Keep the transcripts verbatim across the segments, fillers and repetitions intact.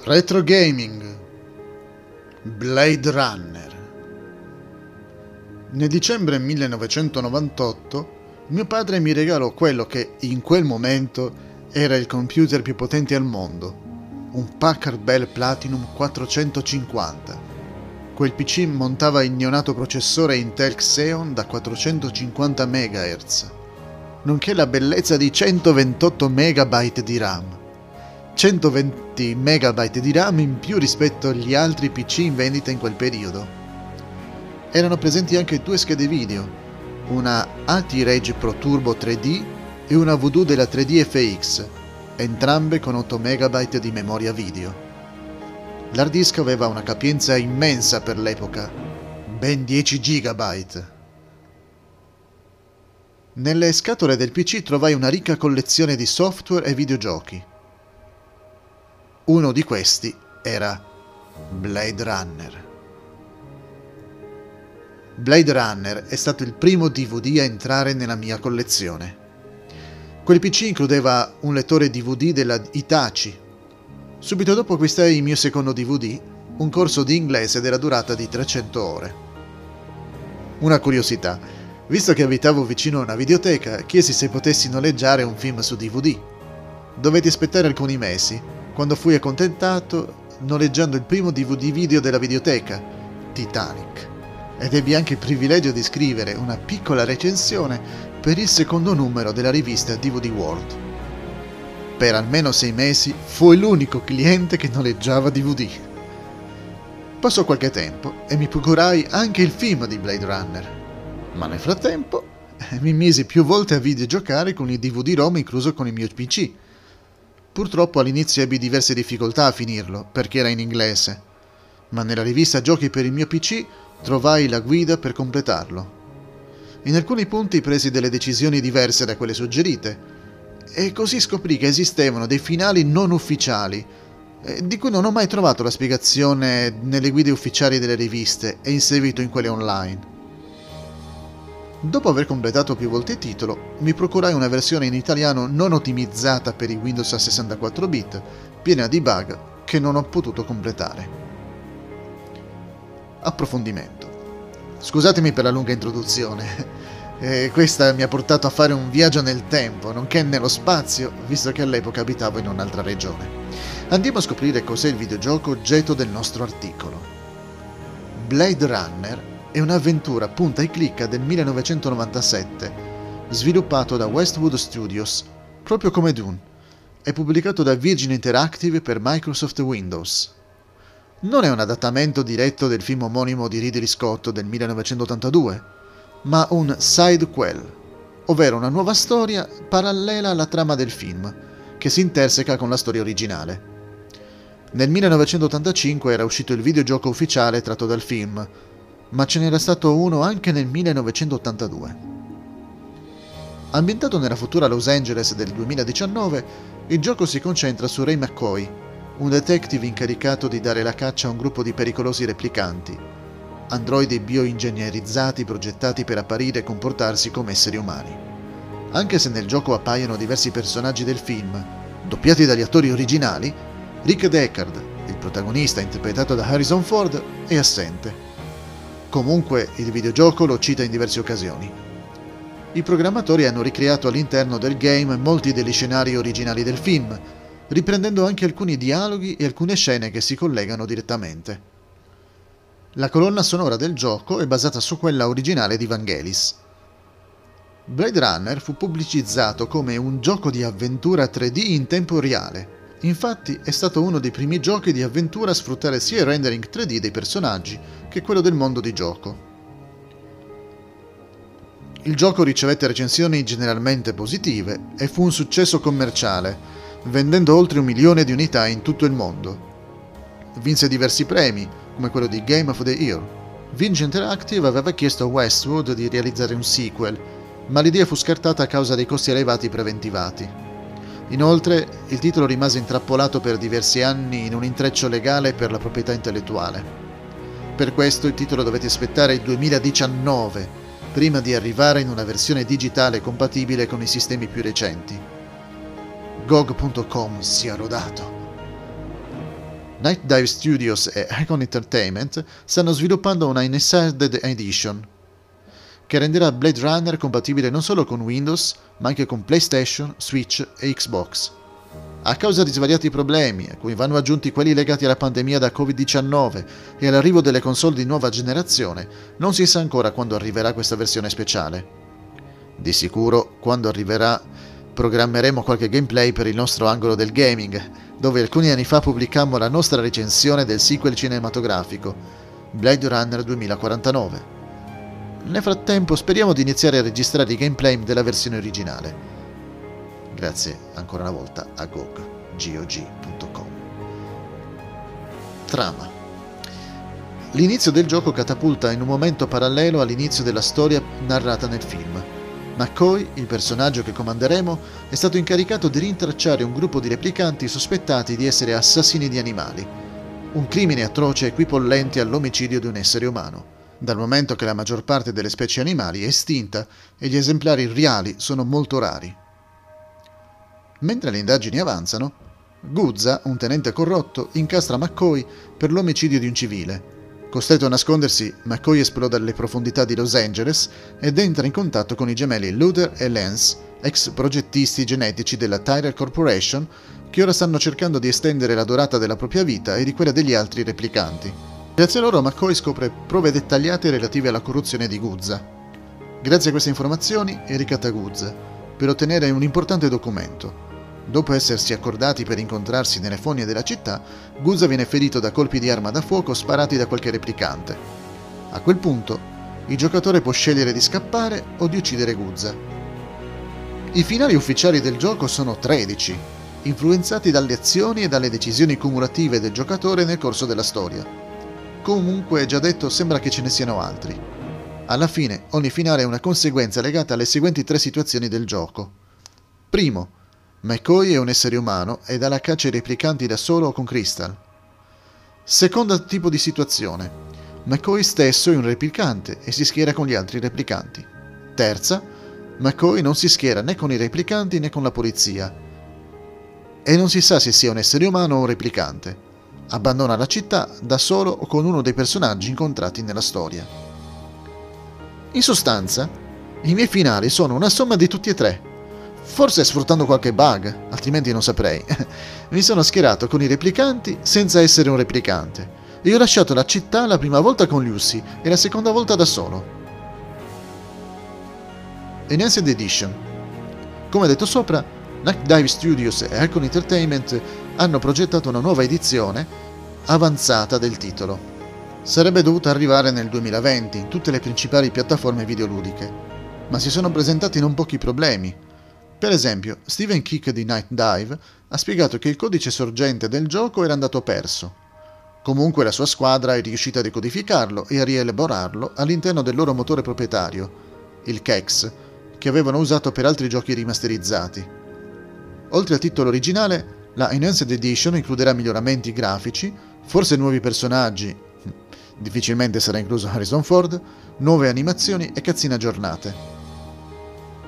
Retro Gaming, Blade Runner. Nel dicembre millenovecentonovantotto mio padre mi regalò quello che in quel momento era il computer più potente al mondo, un Packard Bell Platinum quattrocentocinquanta. Quel P C montava il neonato processore Intel Xeon da quattrocentocinquanta megahertz, nonché la bellezza di centoventotto megabyte di RAM. centoventi megabyte di RAM in più rispetto agli altri P C in vendita in quel periodo. Erano presenti anche due schede video, una A T-Reg Pro Turbo tre D e una Voodoo della tre D F X, entrambe con otto megabyte di memoria video. L'hard disk aveva una capienza immensa per l'epoca, ben dieci gigabyte. Nelle scatole del P C trovai una ricca collezione di software e videogiochi. Uno di questi era Blade Runner. Blade Runner è stato il primo D V D a entrare nella mia collezione. Quel P C includeva un lettore D V D della Hitachi. Subito dopo acquistai il mio secondo D V D, un corso di inglese della durata di trecento ore. Una curiosità, visto che abitavo vicino a una videoteca, chiesi se potessi noleggiare un film su D V D. Dovetti aspettare alcuni mesi, quando fui accontentato noleggiando il primo D V D video della videoteca, Titanic, ed ebbi anche il privilegio di scrivere una piccola recensione per il secondo numero della rivista D V D World. Per almeno sei mesi fui l'unico cliente che noleggiava D V D. Passò qualche tempo e mi procurai anche il film di Blade Runner, ma nel frattempo mi misi più volte a videogiocare con il D V D ROM incluso con il mio P C. Purtroppo all'inizio ebbi diverse difficoltà a finirlo, perché era in inglese, ma nella rivista Giochi per il mio P C trovai la guida per completarlo. In alcuni punti presi delle decisioni diverse da quelle suggerite, e così scoprì che esistevano dei finali non ufficiali, di cui non ho mai trovato la spiegazione nelle guide ufficiali delle riviste e inserito in quelle online. Dopo aver completato più volte il titolo, mi procurai una versione in italiano non ottimizzata per i Windows a sessantaquattro bit, piena di bug che non ho potuto completare. Approfondimento. Scusatemi per la lunga introduzione, eh, questa mi ha portato a fare un viaggio nel tempo, nonché nello spazio, visto che all'epoca abitavo in un'altra regione. Andiamo a scoprire cos'è il videogioco oggetto del nostro articolo. Blade Runner è un'avventura punta e clicca del millenovecentonovantasette, sviluppato da Westwood Studios, proprio come Dune, e pubblicato da Virgin Interactive per Microsoft Windows. Non è un adattamento diretto del film omonimo di Ridley Scott del millenovecentottantadue, ma un sidequel, ovvero una nuova storia parallela alla trama del film, che si interseca con la storia originale. Nel millenovecentottantacinque era uscito il videogioco ufficiale tratto dal film, ma ce n'era stato uno anche nel millenovecentottantadue. Ambientato nella futura Los Angeles del duemiladiciannove, il gioco si concentra su Ray McCoy, un detective incaricato di dare la caccia a un gruppo di pericolosi replicanti, androidi bioingegnerizzati progettati per apparire e comportarsi come esseri umani. Anche se nel gioco appaiono diversi personaggi del film, doppiati dagli attori originali, Rick Deckard, il protagonista interpretato da Harrison Ford, è assente. Comunque il videogioco lo cita in diverse occasioni. I programmatori hanno ricreato all'interno del game molti degli scenari originali del film, riprendendo anche alcuni dialoghi e alcune scene che si collegano direttamente. La colonna sonora del gioco è basata su quella originale di Vangelis. Blade Runner fu pubblicizzato come un gioco di avventura tre D in tempo reale. Infatti è stato uno dei primi giochi di avventura a sfruttare sia il rendering tre D dei personaggi che quello del mondo di gioco. Il gioco ricevette recensioni generalmente positive e fu un successo commerciale, vendendo oltre un milione di unità in tutto il mondo. Vinse diversi premi, come quello di Game of the Year. Virgin Interactive aveva chiesto a Westwood di realizzare un sequel, ma l'idea fu scartata a causa dei costi elevati preventivati. Inoltre, il titolo rimase intrappolato per diversi anni in un intreccio legale per la proprietà intellettuale. Per questo il titolo dovette aspettare il duemiladiciannove, prima di arrivare in una versione digitale compatibile con i sistemi più recenti. G O G punto com sia rodato. Night Dive Studios e Icon Entertainment stanno sviluppando una Enhanced Edition che renderà Blade Runner compatibile non solo con Windows, ma anche con PlayStation, Switch e Xbox. A causa di svariati problemi, a cui vanno aggiunti quelli legati alla pandemia da covid diciannove e all'arrivo delle console di nuova generazione, non si sa ancora quando arriverà questa versione speciale. Di sicuro, quando arriverà, programmeremo qualche gameplay per il nostro angolo del gaming, dove alcuni anni fa pubblicammo la nostra recensione del sequel cinematografico, Blade Runner duemilaquarantanove. Nel frattempo speriamo di iniziare a registrare i gameplay della versione originale. Grazie ancora una volta a G O G, G O G punto com. Trama. L'inizio del gioco catapulta in un momento parallelo all'inizio della storia narrata nel film. McCoy, il personaggio che comanderemo, è stato incaricato di rintracciare un gruppo di replicanti sospettati di essere assassini di animali, un crimine atroce equipollente all'omicidio di un essere umano, dal momento che la maggior parte delle specie animali è estinta e gli esemplari reali sono molto rari. Mentre le indagini avanzano, Guzza, un tenente corrotto, incastra McCoy per l'omicidio di un civile. Costretto a nascondersi, McCoy esploda alle profondità di Los Angeles ed entra in contatto con i gemelli Luther e Lance, ex progettisti genetici della Tyrell Corporation, che ora stanno cercando di estendere la durata della propria vita e di quella degli altri replicanti. Grazie a loro McCoy scopre prove dettagliate relative alla corruzione di Guzza. Grazie a queste informazioni ricatta Guzza per ottenere un importante documento. Dopo essersi accordati per incontrarsi nelle fogne della città, Guzza viene ferito da colpi di arma da fuoco sparati da qualche replicante. A quel punto, il giocatore può scegliere di scappare o di uccidere Guzza. I finali ufficiali del gioco sono tredici, influenzati dalle azioni e dalle decisioni cumulative del giocatore nel corso della storia. Comunque, già detto, sembra che ce ne siano altri. Alla fine, ogni finale è una conseguenza legata alle seguenti tre situazioni del gioco. Primo, McCoy è un essere umano ed ha la caccia ai replicanti da solo o con Crystal. Secondo tipo di situazione, McCoy stesso è un replicante e si schiera con gli altri replicanti. Terza, McCoy non si schiera né con i replicanti né con la polizia. E non si sa se sia un essere umano o un replicante. Abbandona la città da solo o con uno dei personaggi incontrati nella storia. In sostanza, i miei finali sono una somma di tutti e tre. Forse sfruttando qualche bug, altrimenti non saprei. Mi sono schierato con i replicanti senza essere un replicante e ho lasciato la città la prima volta con Lucy e la seconda volta da solo. Enhanced Edition. Come detto sopra, Night Dive Studios e Icon Entertainment hanno progettato una nuova edizione avanzata del titolo. Sarebbe dovuta arrivare nel duemilaventi in tutte le principali piattaforme videoludiche, ma si sono presentati non pochi problemi. Per esempio, Steven Kick di Night Dive ha spiegato che il codice sorgente del gioco era andato perso. Comunque la sua squadra è riuscita a decodificarlo e a rielaborarlo all'interno del loro motore proprietario, il Kex, che avevano usato per altri giochi rimasterizzati. Oltre al titolo originale, la Enhanced Edition includerà miglioramenti grafici, forse nuovi personaggi, difficilmente sarà incluso Harrison Ford, nuove animazioni e cutscene aggiornate.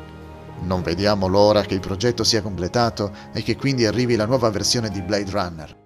Non vediamo l'ora che il progetto sia completato e che quindi arrivi la nuova versione di Blade Runner.